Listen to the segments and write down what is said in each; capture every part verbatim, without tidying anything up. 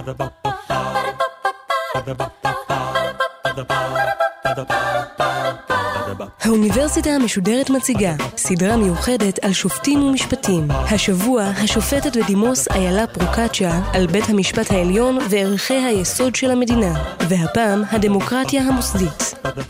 האוניברסיטה המשודרת מציגה סדרה מיוחדת על שופטים ומשפטים. השבוע השופטת בדימוס איילה פרוקצ'יה על בית המשפט העליון וערכי היסוד של המדינה, והפעם הדמוקרטיה המוסדית.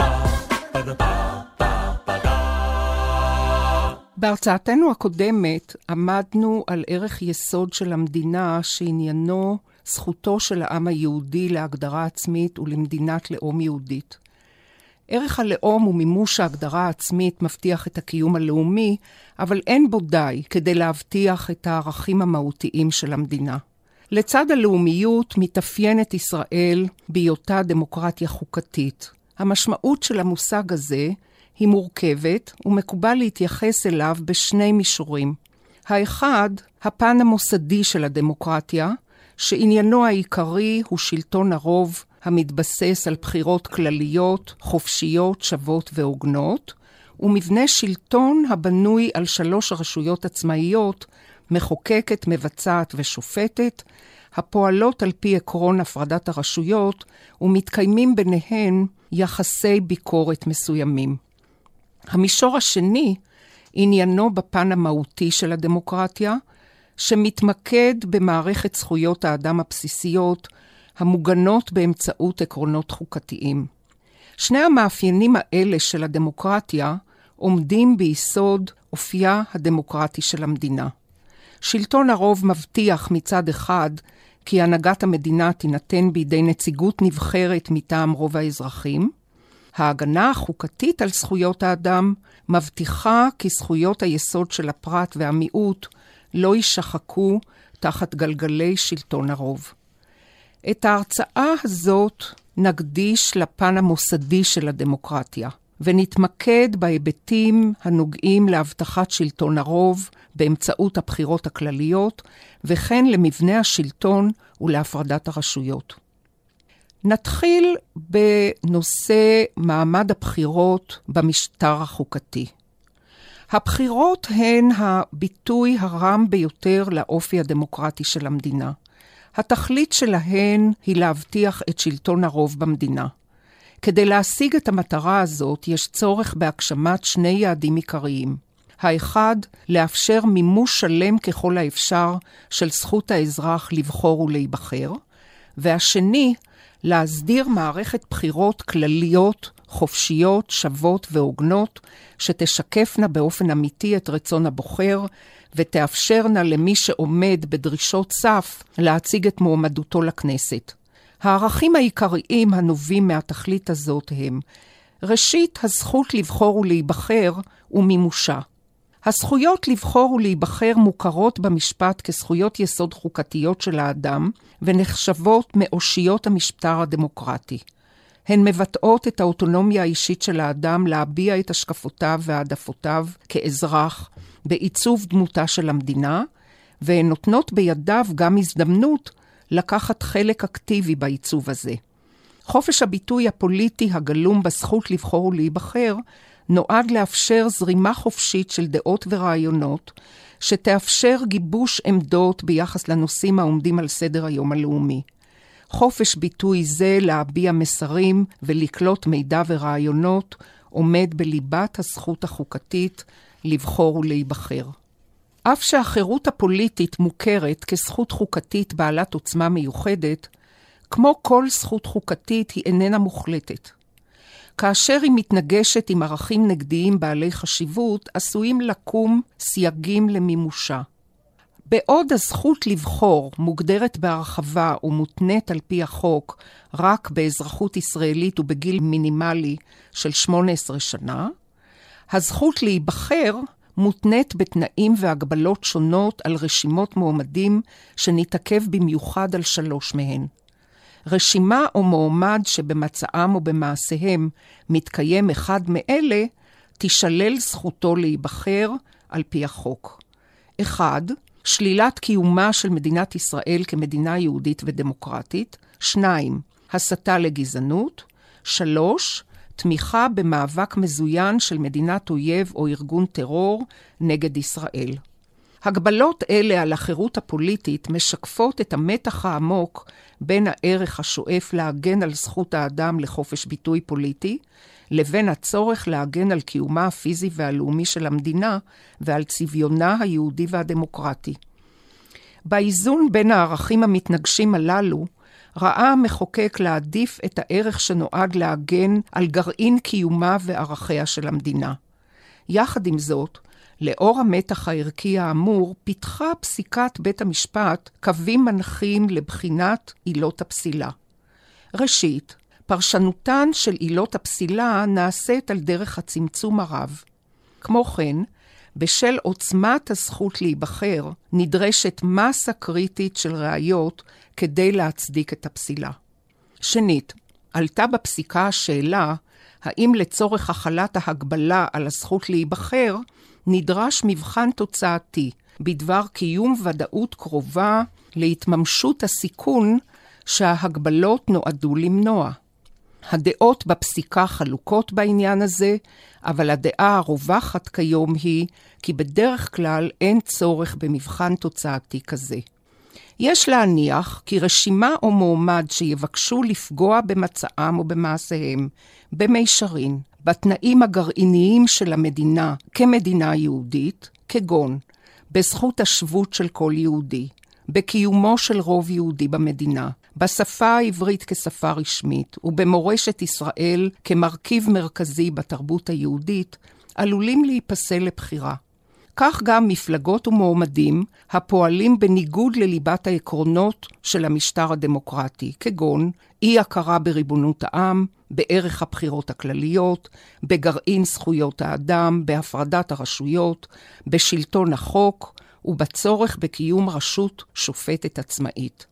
בהרצאתנו הקודמת עמדנו על ערך יסוד של המדינה שעניינו זכותו של העם היהודי להגדרה עצמית ולמדינת לאום יהודית. ערך הלאום ומימוש ההגדרה העצמית מבטיח את הקיום הלאומי, אבל אין בו די כדי להבטיח את הערכים המהותיים של המדינה. לצד הלאומיות מתאפיינת ישראל בהיותה דמוקרטיה חוקתית. המשמעות של המושג הזה היא מורכבת ומקובל להתייחס אליו בשני מישורים. האחד, הפן המוסדי של הדמוקרטיה, שעניינו העיקרי הוא שלטון הרוב המתבסס על בחירות כלליות, חופשיות, שוות והוגנות, ומבנה שלטון הבנוי על שלוש הרשויות עצמאיות, מחוקקת, מבצעת ושופטת, הפועלות על פי עקרון הפרדת הרשויות ומתקיימים ביניהן יחסי ביקורת מסוימים. המישור השני עניינו בפן המהותי של הדמוקרטיה, שמתמקד במערכת זכויות האדם הבסיסיות, המוגנות באמצעות עקרונות חוקתיים. שני המאפיינים האלה של הדמוקרטיה עומדים ביסוד אופייה הדמוקרטי של המדינה. שלטון הרוב מבטיח מצד אחד כי הנהגת המדינה תינתן בידי נציגות נבחרת מטעם רוב האזרחים. ההגנה החוקתית על זכויות האדם מבטיחה כי זכויות היסוד של הפרט והמיעוט לא יישחקו תחת גלגלי שלטון הרוב. את ההרצאה הזאת נקדיש לפן המוסדי של הדמוקרטיה, ונתמקד בהיבטים הנוגעים להבטחת שלטון הרוב באמצעות הבחירות הכלליות, וכן למבנה השלטון ולהפרדת הרשויות. נתחיל בנושא מעמד הבחירות במשטר החוקתי. הבחירות הן הביטוי הרם ביותר לאופי הדמוקרטי של המדינה. התכלית שלהן היא להבטיח את שלטון הרוב במדינה. כדי להשיג את המטרה הזאת יש צורך בהגשמת שני יעדים עיקריים. האחד, לאפשר מימוש שלם ככל האפשר של זכות האזרח לבחור ולהיבחר, והשני, להסדיר מערכת בחירות כלליות, חופשיות, שוות והוגנות, שתשקפנה באופן אמיתי את רצון הבוחר, ותאפשרנה למי שעומד בדרישות סף להציג את מועמדותו לכנסת. הערכים העיקריים הנובעים מהתכלית הזאת הם: ראשית, הזכות לבחור ולהיבחר ומימושה. הזכויות לבחור ולהיבחר מוכרות במשפט כזכויות יסוד חוקתיות של האדם, ונחשבות מאושיות המשטר הדמוקרטי. הן מבטאות את האוטונומיה האישית של האדם להביע את השקפותיו והעדפותיו כאזרח בעיצוב דמותה של המדינה, והן נותנות בידיו גם הזדמנות לקחת חלק אקטיבי בעיצוב הזה. חופש הביטוי הפוליטי הגלום בזכות לבחור ולהיבחר נועד לאפשר זרימה חופשית של דעות ורעיונות, שתאפשר גיבוש עמדות ביחס לנושאים העומדים על סדר היום הלאומי. חופש ביטוי זה להביע מסרים ולקלוט מידע ורעיונות עומד בליבת הזכות החוקתית לבחור ולהיבחר. אף שהחירות הפוליטית מוכרת כזכות חוקתית בעלת עוצמה מיוחדת, כמו כל זכות חוקתית היא איננה מוחלטת. כאשר היא מתנגשת עם ערכים נגדיים בעלי חשיבות, עשויים לקום סייגים למימושה. בעוד הזכות לבחור מוגדרת בהרחבה ומותנית על פי החוק רק באזרחות ישראלית ובגיל מינימלי של שמונה עשרה שנה, הזכות להיבחר מותנית בתנאים והגבלות שונות על רשימות מועמדים שנתעכב במיוחד על שלוש מהן. רשימה או מועמד שבמצאם או במעשיהם מתקיים אחד מאלה, תישלל זכותו להיבחר על פי החוק. אחד, שלילת קיומה של מדינת ישראל כמדינה יהודית ודמוקרטית. שניים, הסתה לגזענות. שלוש, תמיכה במאבק מזוין של מדינת אויב או ארגון טרור נגד ישראל. הגבלות אלה על החירות הפוליטית משקפות את המתח העמוק בין הערך השואף להגן על זכות האדם לחופש ביטוי פוליטי, לבין הצורך להגן על קיומה הפיזי והלאומי של המדינה ועל צביונה היהודי והדמוקרטי. באיזון בין הערכים המתנגשים הללו, ראה המחוקק להעדיף את הערך שנועד להגן על גרעין קיומה וערכיה של המדינה. יחד עם זאת, לאור המתח הערכי האמור, פיתחה פסיקת בית המשפט קווים מנחים לבחינת עילות הפסילה. ראשית, פרשנותן של עילות הפסילה נעשית על דרך הצמצום הרב. כמו כן, בשל עוצמת הזכות להיבחר, נדרשת מסה קריטית של ראיות כדי להצדיק את הפסילה. שנית, עלתה בפסיקה השאלה, האם לצורך החלת ההגבלה על הזכות להיבחר, נדרש מבחן תוצאתי בדבר קיום ודאות קרובה להתממשות הסיכון שההגבלות נועדו למנוע. הדעות בפסיקה חלוקות בעניין הזה, אבל הדעה הרווחת כיום היא כי בדרך כלל אין צורך במבחן תוצאתי כזה. יש להניח כי רשימה או מועמד שיבקשו לפגוע במצעם או במעשיהם, במישרין, בתנאים הגרעיניים של המדינה כמדינה יהודית, כגון בזכות השבות של כל יהודי, בקיומו של רוב יהודי במדינה, בשפה העברית כשפה רשמית ובמורשת ישראל כמרכיב מרכזי בתרבות היהודית, עלולים להיפסל לבחירה. כך גם מפלגות ומועמדים הפועלים בניגוד לליבת העקרונות של המשטר הדמוקרטי, כגון אי הכרה בריבונות העם, בערך הבחירות הכלליות, בגרעין זכויות האדם, בהפרדת הרשויות, בשלטון החוק ובצורך בקיום רשות שופטת עצמאית.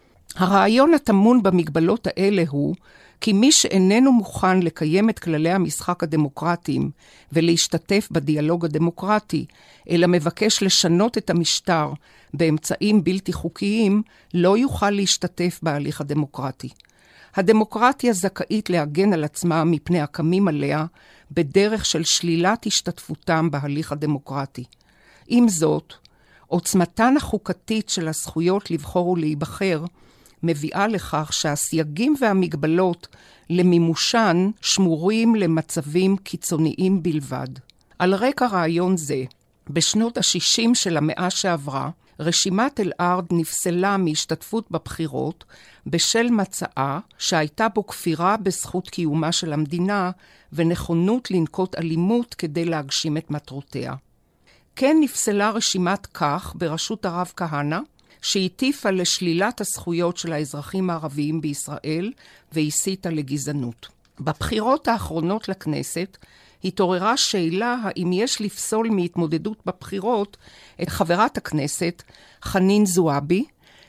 הרעיון הטמון במגבלות האלה הוא כי מי שאיננו מוכן לקיים את כללי המשחק הדמוקרטיים ולהשתתף בדיאלוג הדמוקרטי, אלא מבקש לשנות את המשטר באמצעים בלתי חוקיים, לא יוכל להשתתף בהליך הדמוקרטי. הדמוקרטיה זכאית להגן על עצמה מפני הקמים עליה בדרך של שלילת השתתפותם בהליך הדמוקרטי. עם זאת, עוצמתן החוקתית של הזכויות לבחור ולהיבחר מביאה לכך שהסייגים והמגבלות למימושן שמורים למצבים קיצוניים בלבד. על רקע רעיון זה, בשנות ה-שישים של המאה שעברה, רשימת אל-ארד נפסלה מהשתתפות בבחירות בשל מצאה שהייתה בו כפירה בזכות קיומה של המדינה ונכונות לנקוט אלימות כדי להגשים את מטרותיה. כן נפסלה רשימת כך בראשות הרב כהנא, שהטיפה לשלילת הזכויות של האזרחים הערביים בישראל והסיתה לגזענות. בבחירות האחרונות לכנסת התעוררה שאלה האם יש לפסול מהתמודדות בבחירות את חברת הכנסת חנין זועבי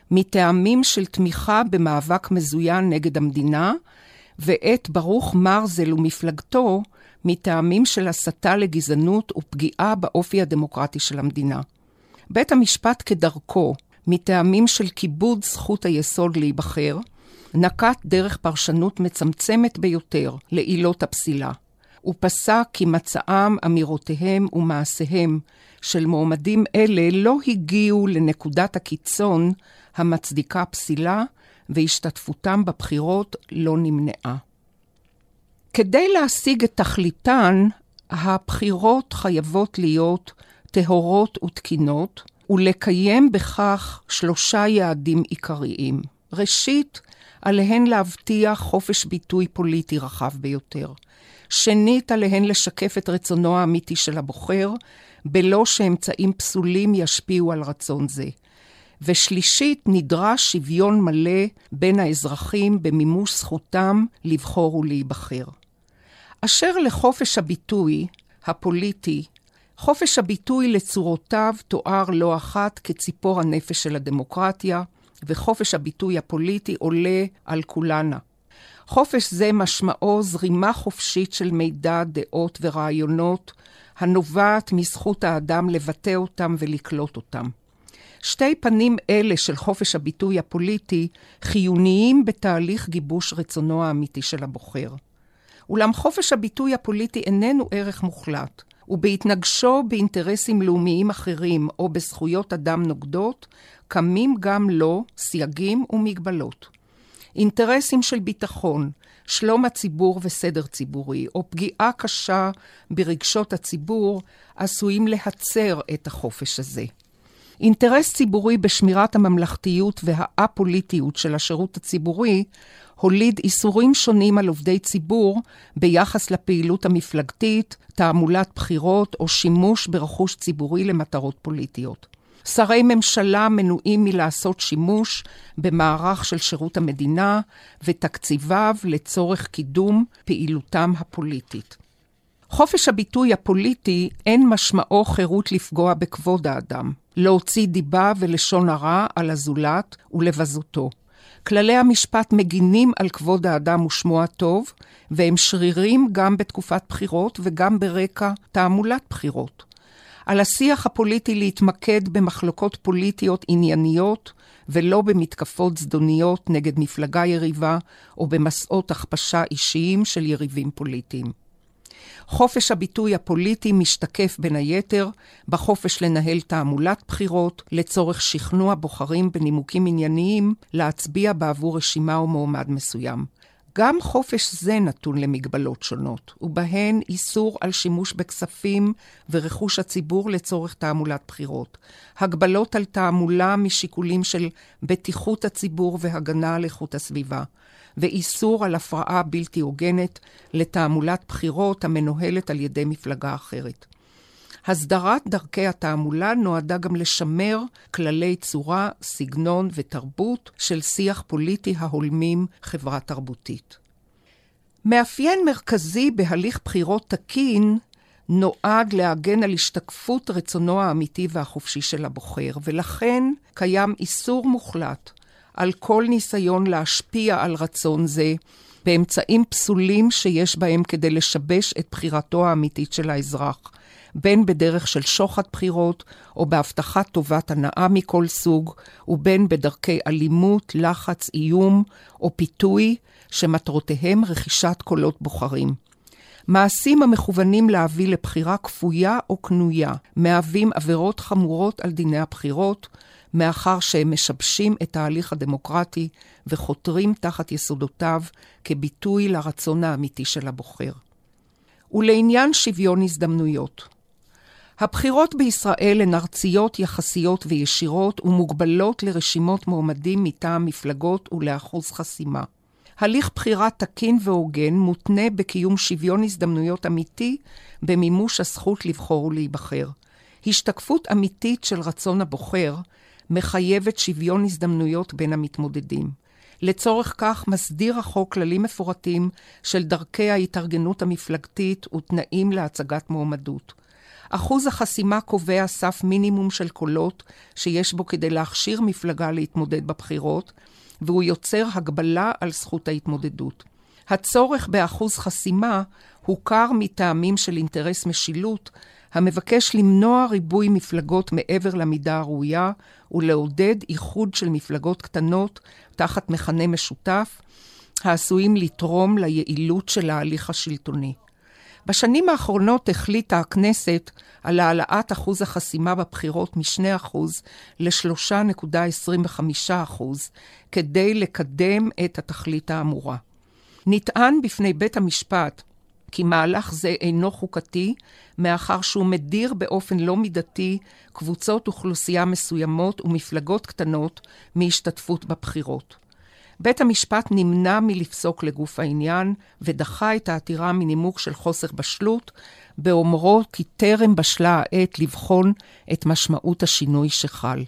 מטעמים של תמיכה במאבק מזוין נגד המדינה, ואת ברוך מרזל ומפלגתו מטעמים של הסתה לגזענות ופגיעה באופי הדמוקרטי של המדינה. בית המשפט כדרכו, מטעמים של כיבוד זכות היסוד להיבחר, נקט דרך פרשנות מצמצמת ביותר לעילות הפסילה. הוא פסק כי מצאם, אמירותיהם ומעשיהם של מועמדים אלה לא הגיעו לנקודת הקיצון המצדיקה פסילה, והשתתפותם בבחירות לא נמנעה. כדי להשיג את תכליתן, הבחירות חייבות להיות טהורות ותקינות, ולקיים בכך שלושה יעדים עיקריים. ראשית, עליהן להבטיח חופש ביטוי פוליטי רחב ביותר. שנית, עליהן לשקף את רצונו האמיתי של הבוחר, בלא שאמצעים פסולים ישפיעו על רצון זה. ושלישית, נדרש שוויון מלא בין האזרחים במימוש זכותם לבחור ולהיבחר. אשר לחופש הביטוי הפוליטי, חופש הביטוי לצורותיו תואר לא אחת כציפור הנפש של הדמוקרטיה, וחופש הביטוי הפוליטי עולה על כולנה. חופש זה משמעו זרימה חופשית של מידע, דעות ורעיונות, הנובעת מזכות האדם לבטא אותם ולקלוט אותם. שתי פנים אלה של חופש הביטוי הפוליטי חיוניים בתהליך גיבוש רצונו האמיתי של הבוחר. אולם חופש הביטוי הפוליטי איננו ערך מוחלט. ובהתנגשו באינטרסים לאומיים אחרים או בזכויות אדם נוגדות, קמים גם לו סייגים ומגבלות. אינטרסים של ביטחון, שלום הציבור וסדר ציבורי, או פגיעה קשה ברגשות הציבור, עשויים להצר את החופש הזה. אינטרס ציבורי בשמירת הממלכתיות והאפוליטיות של השירות הציבורי, הוליד איסורים שונים על עובדי ציבור ביחס לפעילות המפלגתית, תעמולת בחירות או שימוש ברכוש ציבורי למטרות פוליטיות. שרי ממשלה מנועים מלעשות שימוש במערך של שירות המדינה ותקציביו לצורך קידום פעילותם הפוליטית. חופש הביטוי הפוליטי אין משמעו חירות לפגוע בכבוד האדם, להוציא דיבה ולשון הרע על הזולת ולבזותו. כללי המשפט מגינים על כבוד האדם ושמו הטוב, והם שרירים גם בתקופת בחירות וגם ברקע תעמולת בחירות. על השיח הפוליטי להתמקד במחלוקות פוליטיות ענייניות, ולא במתקפות זדוניות נגד מפלגה יריבה, או במסעות הכפשה אישיים של יריבים פוליטיים. חופש הביטוי הפוליטי משתקף בין היתר בחופש לנהל תעמולת בחירות לצורך שכנוע בוחרים בנימוקים ענייניים להצביע בעבור רשימה או מועמד מסוים. גם חופש זה נתון למגבלות שונות, ובהן איסור על שימוש בכספים ורכוש הציבור לצורך תעמולת בחירות, הגבלות על תעמולה משיקולים של בטיחות הציבור והגנה על איכות הסביבה, ואיסור על הפרעה בלתי הוגנת לתעמולת בחירות המנוהלת על ידי מפלגה אחרת. הסדרת דרכי התעמולה נועדה גם לשמר כללי צורה, סגנון ותרבות של שיח פוליטי ההולמים חברה תרבותית. מאפיין מרכזי בהליך בחירות תקין נועד להגן על השתקפות רצונו האמיתי והחופשי של הבוחר, ולכן קיים איסור מוחלט על כל ניסיון להשפיע על רצון זה באמצעים פסולים שיש בהם כדי לשבש את בחירתו האמיתית של האזרח, בין בדרך של שוחד בחירות או בהבטחת טובת הנאה מכל סוג, ובין בדרכי אלימות, לחץ, איום או פיתוי שמטרותיהם רכישת קולות בוחרים. מעשים המכוונים להביא לבחירה כפויה או קנויה, מהווים עבירות חמורות על דיני הבחירות, מאחר שהם משבשים את ההליך הדמוקרטי וחותרים תחת יסודותיו כביטוי לרצון האמיתי של הבוחר. ולעניין שוויון הזדמנויות. הבחירות בישראל הן ארציות, יחסיות וישירות ומוגבלות לרשימות מועמדים מטעם מפלגות ולאחוז חסימה. הליך בחירה תקין והוגן מותנה בקיום שוויון הזדמנויות אמיתי במימוש הזכות לבחור ולהיבחר. השתקפות אמיתית של רצון הבוחר מחייבת שוויון הזדמנויות בין המתמודדים. לצורך כך מסדיר החוק כללים מפורטים של דרכי ההתארגנות המפלגתית ותנאים להצגת מועמדות. אחוז החסימה קובע סף מינימום של קולות שיש בו כדי להכשיר מפלגה להתמודד בבחירות, והוא יוצר הגבלה על זכות ההתמודדות. הצורך באחוז חסימה הוכר מטעמים של אינטרס משילות, המבקש למנוע ריבוי מפלגות מעבר למידה הראויה, ולעודד איחוד של מפלגות קטנות תחת מכנה משותף, העשויים לתרום ליעילות של ההליך השלטוני. בשנים האחרונות החליטה הכנסת על העלאת אחוז החסימה בבחירות מ-שני אחוז ל-שלוש נקודה עשרים וחמישה אחוז כדי לקדם את התכלית האמורה. נטען בפני בית המשפט כי מהלך זה אינו חוקתי, מאחר שהוא מדיר באופן לא מידתי קבוצות אוכלוסייה מסוימות ומפלגות קטנות מהשתתפות בבחירות. בית המשפט נמנע מלפסוק לגוף העניין ודחה את העתירה מנימוק של חוסר בשלות, באומרו כי טרם בשלה העת לבחון את משמעות השינוי שחל.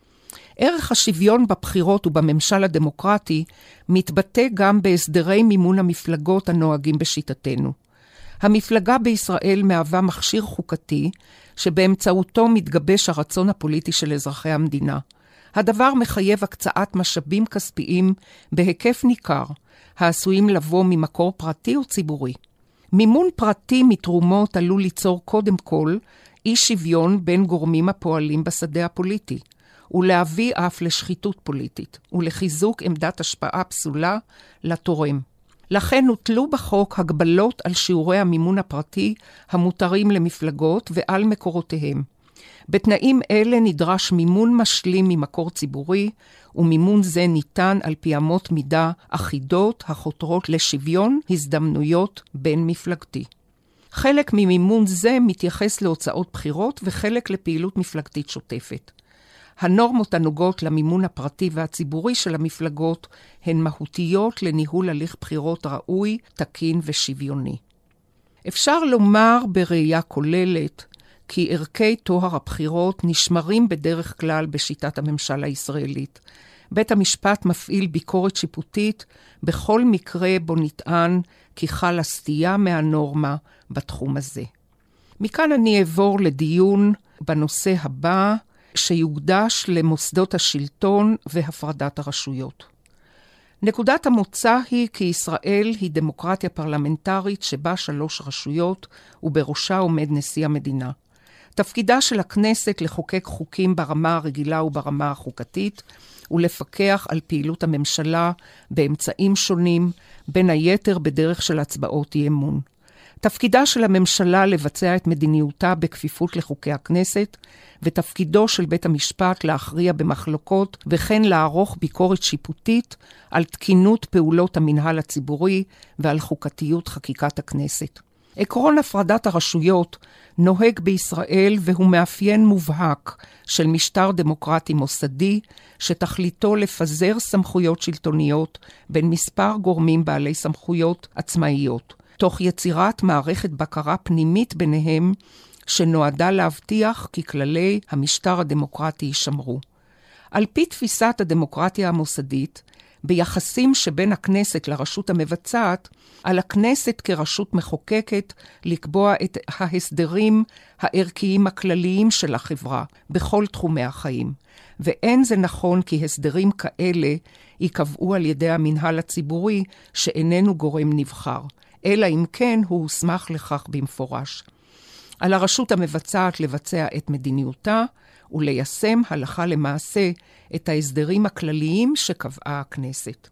ערך השוויון בבחירות ובממשל הדמוקרטי מתבטא גם בהסדרי מימון המפלגות הנוהגים בשיטתנו. המפלגה בישראל מהווה מכשיר חוקתי שבאמצעותו מתגבש הרצון הפוליטי של אזרחי המדינה. הדבר מחייב הקצאת משאבים כספיים בהיקף ניכר, העשויים לבוא ממקור פרטי או ציבורי. מימון פרטי מתרומות עלול ליצור קודם כל אי שוויון בין גורמים הפועלים בשדה הפוליטי, ולהביא אף לשחיתות פוליטית, ולחיזוק עמדת השפעה פסולה לתורם. לכן הוטלו בחוק הגבלות על שיעורי המימון הפרטי המותרים למפלגות ועל מקורותיהם. בתנאים אלה נדרש מימון משלים ממקור ציבורי, ומימון זה ניתן על פי אמות מידה אחידות החותרות לשוויון הזדמנויות בין מפלגתי. חלק ממימון זה מתייחס להוצאות בחירות וחלק לפעילות מפלגתית שוטפת. הנורמות הנוגעות למימון הפרטי והציבורי של המפלגות הן מהותיות לניהול הליך בחירות ראוי, תקין ושוויוני. אפשר לומר בראייה כוללת כי ערכי טוהר הבחירות נשמרים בדרך כלל בשיטת הממשל הישראלית. בית המשפט מפעיל ביקורת שיפוטית בכל מקרה בו נטען כי חלה סטייה מהנורמה בתחום הזה. מכאן אני אעבור לדיון בנושא הבא שיוקדש למוסדות השלטון והפרדת הרשויות. נקודת המוצא היא כי ישראל היא דמוקרטיה פרלמנטרית שבה שלוש רשויות ובראשה עומד נשיא המדינה. תפקידה של הכנסת לחוקק חוקים ברמה הרגילה וברמה החוקתית, ולפקח על פעילות הממשלה באמצעים שונים, בין היתר בדרך של הצבעות אי אמון. תפקידה של הממשלה לבצע את מדיניותה בכפיפות לחוקי הכנסת, ותפקידו של בית המשפט להכריע במחלוקות, וכן לערוך ביקורת שיפוטית על תקינות פעולות המנהל הציבורי ועל חוקתיות חקיקת הכנסת. עקרון הפרדת הרשויות נוהג בישראל והוא מאפיין מובהק של משטר דמוקרטי מוסדי שתכליתו לפזר סמכויות שלטוניות בין מספר גורמים בעלי סמכויות עצמאיות, תוך יצירת מערכת בקרה פנימית ביניהם שנועדה להבטיח כי כללי המשטר הדמוקרטי יישמרו. על פי תפיסת הדמוקרטיה המוסדית, ביחסים שבין הכנסת לרשות המבצעת, על הכנסת כרשות מחוקקת לקבוע את ההסדרים הערכיים הכלליים של החברה בכל תחומי החיים. ואין זה נכון כי הסדרים כאלה ייקבעו על ידי המנהל הציבורי שאיננו גורם נבחר, אלא אם כן הוא הוסמך לכך במפורש. על הרשות המבצעת לבצע את מדיניותה וליישם הלכה למעשה את ההסדרים הכלליים שקבעה הכנסת.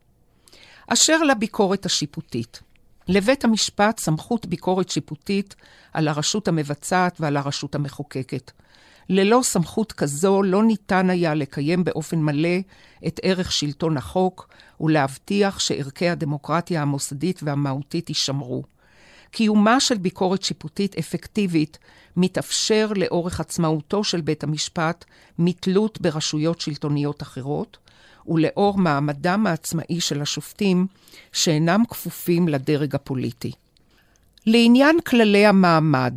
אשר לביקורת השיפוטית. לבית המשפט סמכות ביקורת שיפוטית על הרשות המבצעת ועל הרשות המחוקקת. ללא סמכות כזו לא ניתן היה לקיים באופן מלא את ערך שלטון החוק ולהבטיח שערכי הדמוקרטיה המוסדית והמהותית יישמרו. קיומה של ביקורת שיפוטית אפקטיבית מתאפשר לאורך עצמאותו של בית המשפט מתלות ברשויות שלטוניות אחרות, ולאור מעמדם העצמאי של השופטים שאינם כפופים לדרג הפוליטי. לעניין כללי המעמד,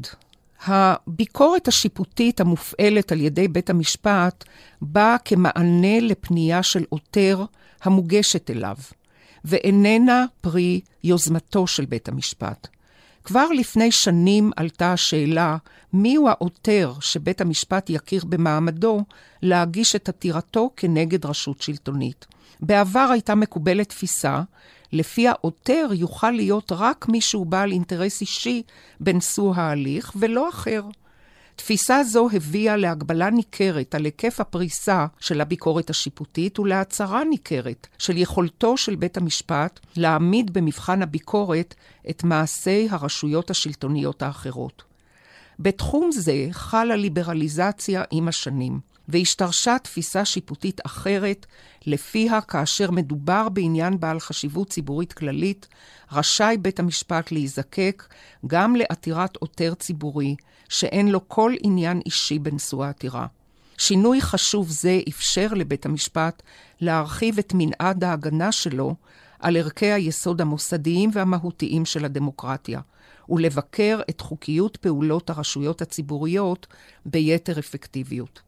הביקורת השיפוטית המופעלת על ידי בית המשפט באה כמענה לפנייה של עותר המוגשת אליו, ואיננה פרי יוזמתו של בית המשפט. כבר לפני שנים עלתה השאלה מיהו העותר שבית המשפט יכיר במעמדו להגיש את עתירתו כנגד רשות שלטונית. בעבר הייתה מקובלת תפיסה, לפי העותר יוכל להיות רק מישהו בעל אינטרס אישי בנשוא ההליך ולא אחר. תפיסה זו הביאה להגבלה ניכרת על היקף הפריסה של הביקורת השיפוטית ולהצהרה ניכרת של יכולתו של בית המשפט להעמיד במבחן הביקורת את מעשי הרשויות השלטוניות האחרות. בתחום זה חלה ליברליזציה עם השנים, והשתרשה תפיסה שיפוטית אחרת, לפיה כאשר מדובר בעניין בעל חשיבות ציבורית כללית, רשאי בית המשפט להיזקק גם לעתירת עותר ציבורי, שאין לו כל עניין אישי בנשוא העתירה. שינוי חשוב זה אפשר לבית המשפט להרחיב את מנעד ההגנה שלו על ערכי היסוד המוסדיים והמהותיים של הדמוקרטיה, ולבקר את חוקיות פעולות הרשויות הציבוריות ביתר אפקטיביות.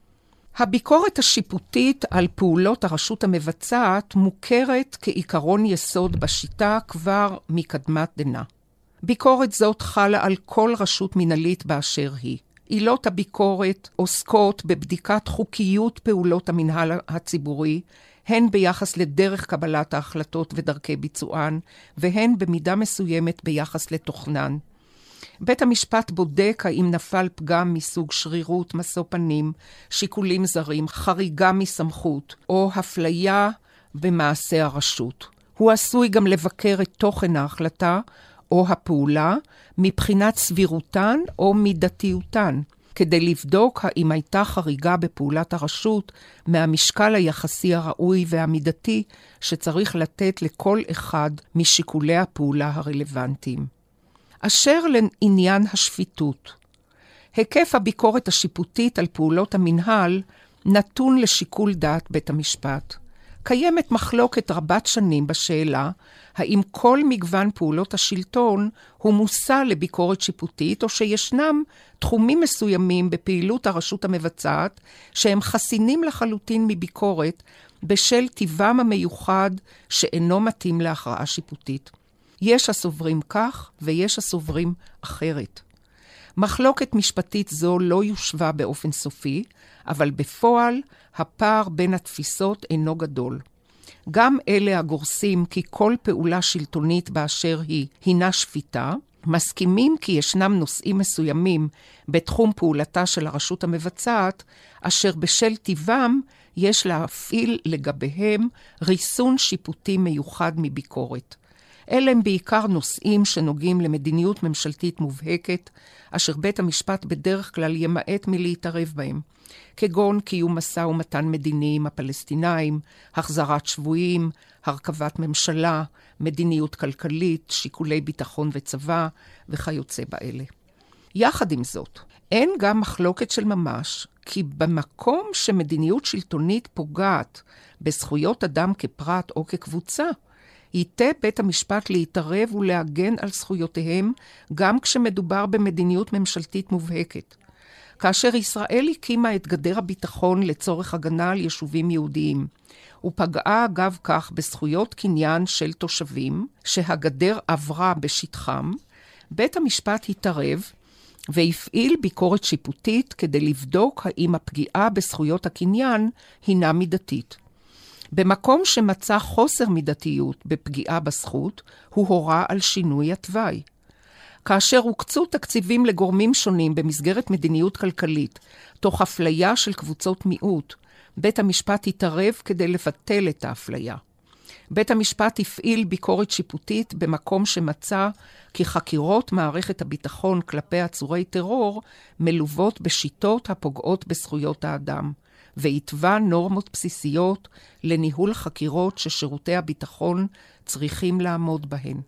הביקורת השיפוטית על פעולות הרשות המבצעת מוכרת כעיקרון יסוד בשיטה כבר מקדמת דנא. ביקורת זאת חלה על כל רשות מנהלית באשר היא. עילות הביקורת עוסקות בבדיקת חוקיות פעולות המנהל הציבורי, הן ביחס לדרך קבלת ההחלטות ודרכי ביצוען, והן במידה מסוימת ביחס לתוכנן. בית המשפט בודק האם נפל פגם מסוג שרירות, משוא פנים, שיקולים זרים, חריגה מסמכות או הפליה במעשה הרשות. הוא עשוי גם לבקר את תוכן ההחלטה או הפעולה מבחינת סבירותן או מידתיותן, כדי לבדוק האם הייתה חריגה בפעולת הרשות מהמשקל היחסי הראוי והמידתי שצריך לתת לכל אחד משיקולי הפעולה הרלוונטיים. אשר לעניין השפיטות, היקף הביקורת השיפוטית על פעולות המנהל נתון לשיקול דעת בית המשפט. קיימת מחלוקת רבת שנים בשאלה האם כל מגוון פעולות השלטון הוא מושא לביקורת שיפוטית, או שישנם תחומים מסוימים בפעילות הרשות המבצעת שהם חסינים לחלוטין מביקורת בשל טבעם המיוחד שאינו מתאים להכרעה שיפוטית. יש הסוברים כך ויש הסוברים אחרת. מחלוקת משפטית זו לא יושבה באופן סופי, אבל בפועל הפער בין התפיסות אינו גדול. גם אלה הגורסים כי כל פעולה שלטונית באשר היא הינה שפיטה, מסכימים כי ישנם נושאים מסוימים בתחום פעולתה של הרשות המבצעת, אשר בשל טבעם יש להפעיל לגביהם ריסון שיפוטי מיוחד מביקורת. אלה הם בעיקר נושאים שנוגעים למדיניות ממשלתית מובהקת, אשר בית המשפט בדרך כלל ימעט מלהתערב בהם, כגון קיום משא ומתן מדיני עם הפלסטינאים, החזרת שבויים, הרכבת ממשלה, מדיניות כלכלית, שיקולי ביטחון וצבא וכיוצא באלה. יחד עם זאת, אין גם מחלוקת של ממש, כי במקום שמדיניות שלטונית פוגעת בזכויות אדם כפרט או כקבוצה, ייתה בית המשפט להתערב ולהגן על זכויותיהם גם כשמדובר במדיניות ממשלתית מובהקת. כאשר ישראל הקימה את גדר הביטחון לצורך הגנה על יישובים יהודיים, ופגעה אגב כך בזכויות קניין של תושבים שהגדר עברה בשטחם, בית המשפט התערב והפעיל ביקורת שיפוטית כדי לבדוק האם הפגיעה בזכויות הקניין הינה מידתית. במקום שמצא חוסר מידתיות בפגיעה בזכות, הוא הורה על שינוי התוואי. כאשר הוקצו תקציבים לגורמים שונים במסגרת מדיניות כלכלית, תוך אפליה של קבוצות מיעוט, בית המשפט התערב כדי לבטל את האפליה. בית המשפט הפעיל ביקורת שיפוטית במקום שמצא כי חקירות מערכת הביטחון כלפי עצורי טרור מלוות בשיטות הפוגעות בזכויות האדם, והתווה נורמות בסיסיות לניהול חקירות ששירותי הביטחון צריכים לעמוד בהן.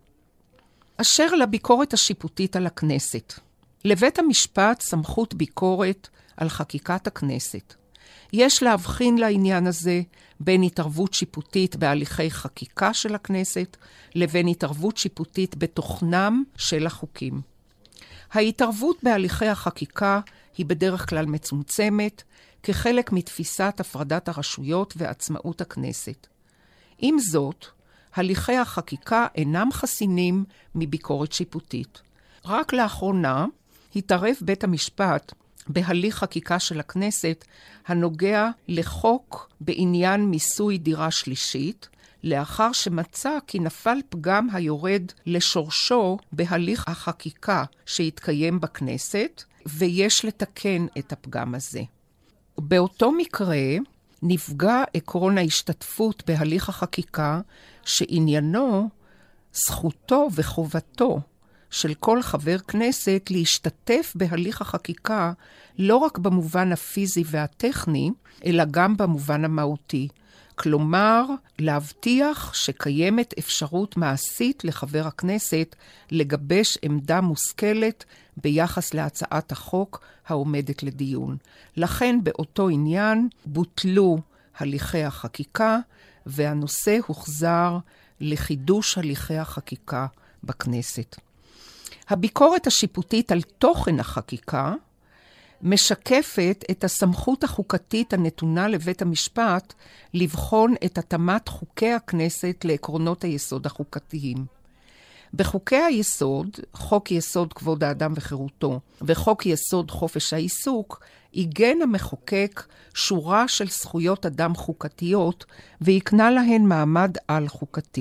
אשר לביקורת השיפוטית על הכנסת. לבית המשפט סמכות ביקורת על חקיקת הכנסת. יש להבחין לעניין הזה בין התערבות שיפוטית בהליכי חקיקה של הכנסת לבין התערבות שיפוטית בתוכנם של החוקים. ההתערבות בהליכי החקיקה היא בדרך כלל מצומצמת, כחלק מתפיסת הפרדת הרשויות ועצמאות הכנסת. עם זאת, הליכי החקיקה אינם חסינים מביקורת שיפוטית. רק לאחרונה התערב בית המשפט בהליך חקיקה של הכנסת הנוגע לחוק בעניין מיסוי דירה שלישית, לאחר שמצא כי נפל פגם היורד לשורשו בהליך החקיקה שהתקיים בכנסת, ויש לתקן את הפגם הזה. באותו מקרה נפגע עקרון ההשתתפות בהליך החקיקה, שעניינו זכותו וחובתו של כל חבר כנסת להשתתף בהליך החקיקה לא רק במובן הפיזי והטכני, אלא גם במובן המהותי. כלומר, להבטיח שקיימת אפשרות מעשית לחבר הכנסת לגבש עמדה מושכלת ביחס להצעת החוק העומדת לדיון. לכן באותו עניין בוטלו הליכי החקיקה, והנושא הוחזר לחידוש הליכי החקיקה בכנסת. הביקורת השיפוטית על תוכן החקיקה משקפת את הסמכות החוקתית הנתונה לבית המשפט לבחון את התאמת חוקי הכנסת לעקרונות היסוד החוקתיים. בחוקי היסוד, חוק יסוד כבוד האדם וחירותו וחוק יסוד חופש העיסוק, עיגן המחוקק שורה של זכויות אדם חוקתיות והקנה להן מעמד על חוקתי.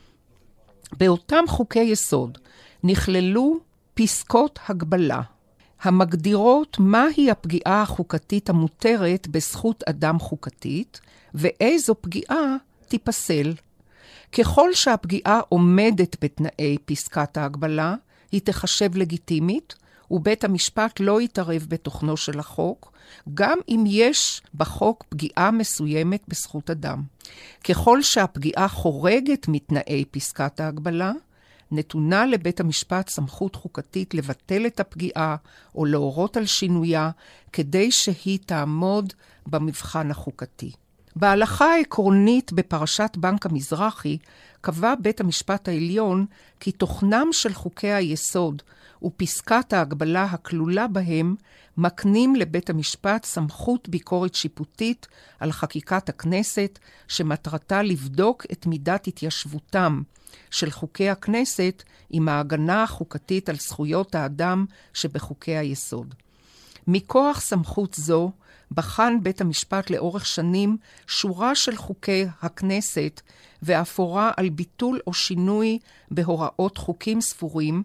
באותם חוקי יסוד נכללו פסקות הגבלה, המגדירות מהי הפגיעה החוקתית המותרת בזכות אדם חוקתית, ואיזו פגיעה תיפסל. ככל שהפגיעה עומדת בתנאי פסקת ההגבלה, היא תחשב לגיטימית, ובית המשפט לא יתערב בתוכנו של החוק, גם אם יש בחוק פגיעה מסוימת בזכות אדם. ככל שהפגיעה חורגת מתנאי פסקת ההגבלה, נתונה לבית המשפט סמכות חוקתית לבטל את הפגיעה או להורות על שינויה, כדי שהיא תעמוד במבחן החוקתי. בהלכה העקרונית בפרשת בנק המזרחי, קבע בית המשפט העליון כי תוכנם של חוקי היסוד ופסקת ההגבלה הכלולה בהם מקנים לבית המשפט סמכות ביקורת שיפוטית על חקיקת הכנסת, שמטרתה לבדוק את מידת התיישבותם של חוקי הכנסת עם ההגנה החוקתית על זכויות האדם שבחוקי היסוד. מכוח סמכות זו, בחן בית המשפט לאורך שנים שורה של חוקי הכנסת ואף הורה על ביטול או שינוי בהוראות חוקים ספורים,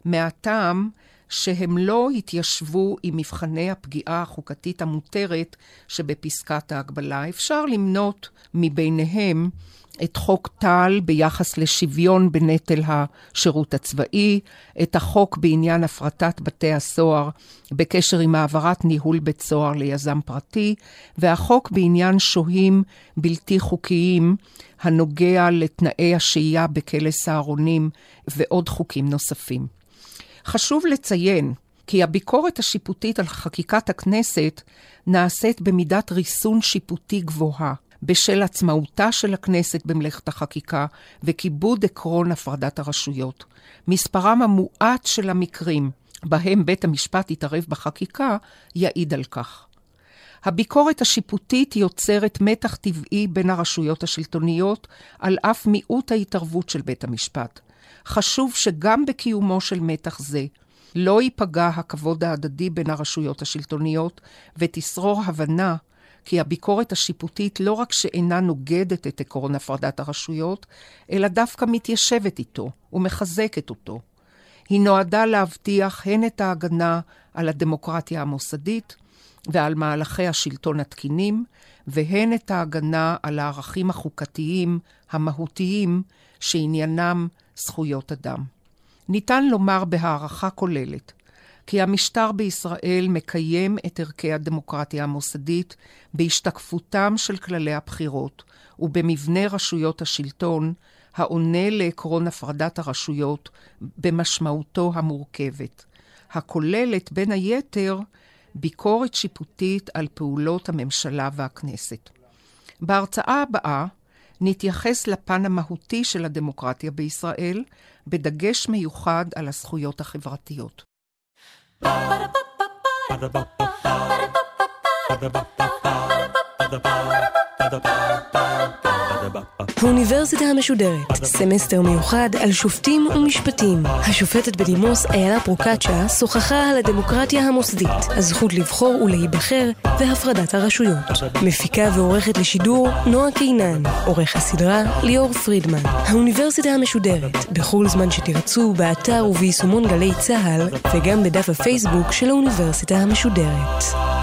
מהטעם שהם לא התיישבו עם מבחני הפגיעה החוקתית המותרת שבפסקת ההגבלה. אפשר למנות מביניהם את חוק טל ביחס לשוויון בנטל השירות הצבאי, את החוק בעניין הפרטת בתי הסוהר בקשר עם העברת ניהול בית סוהר ליזם פרטי, והחוק בעניין שוהים בלתי חוקיים הנוגע לתנאי השהייה בכלא סהרונים ועוד חוקים נוספים. חשוב לציין כי הביקורת השיפוטית על חקיקת הכנסת נעשית במידת ריסון שיפוטי גבוהה, בשל עצמאותה של הכנסת במלאכת החקיקה וכיבוד עקרון הפרדת הרשויות. מספרם המועט של המקרים בהם בית המשפט יתערב בחקיקה יעיד על כך. הביקורת השיפוטית יוצרת מתח טבעי בין הרשויות השלטוניות על אף מיעוט ההתערבות של בית המשפט. חשוב שגם בקיומו של מתח זה לא ייפגע הכבוד ההדדי בין הרשויות השלטוניות, ותשרור הבנה כי הביקורת השיפוטית לא רק שאינה נוגדת את עקרון הפרדת הרשויות, אלא דווקא מתיישבת איתו ומחזקת אותו. היא נועדה להבטיח הן את ההגנה על הדמוקרטיה המוסדית ועל מהלכי השלטון התקינים, והן את ההגנה על הערכים החוקתיים המהותיים שעניינם זכויות אדם. ניתן לומר בהערכה כוללת כי המשטר בישראל מקיים את ערכי הדמוקרטיה המוסדית בהשתקפותם של כללי הבחירות ובמבנה רשויות השלטון העונה לעקרון הפרדת הרשויות במשמעותו המורכבת, הכוללת בין היתר ביקורת שיפוטית על פעולות הממשלה והכנסת. בהרצאה הבאה נתייחס לפן המהותי של הדמוקרטיה בישראל, בדגש מיוחד על הזכויות החברתיות. האוניברסיטה המשודרת, סמסטר מיוחד על שופטים ומשפטים. השופטת בדימוס איילה פרוקצ'יה שוחחה על הדמוקרטיה המוסדית, הזכות לבחור ולהיבחר והפרדת הרשויות. מפיקה ועורכת לשידור נועה קינן, עורך הסדרה ליאור פרידמן. האוניברסיטה המשודרת, בכל זמן שתרצו, באתר וביישומון גלי צהל וגם בדף הפייסבוק של האוניברסיטה המשודרת.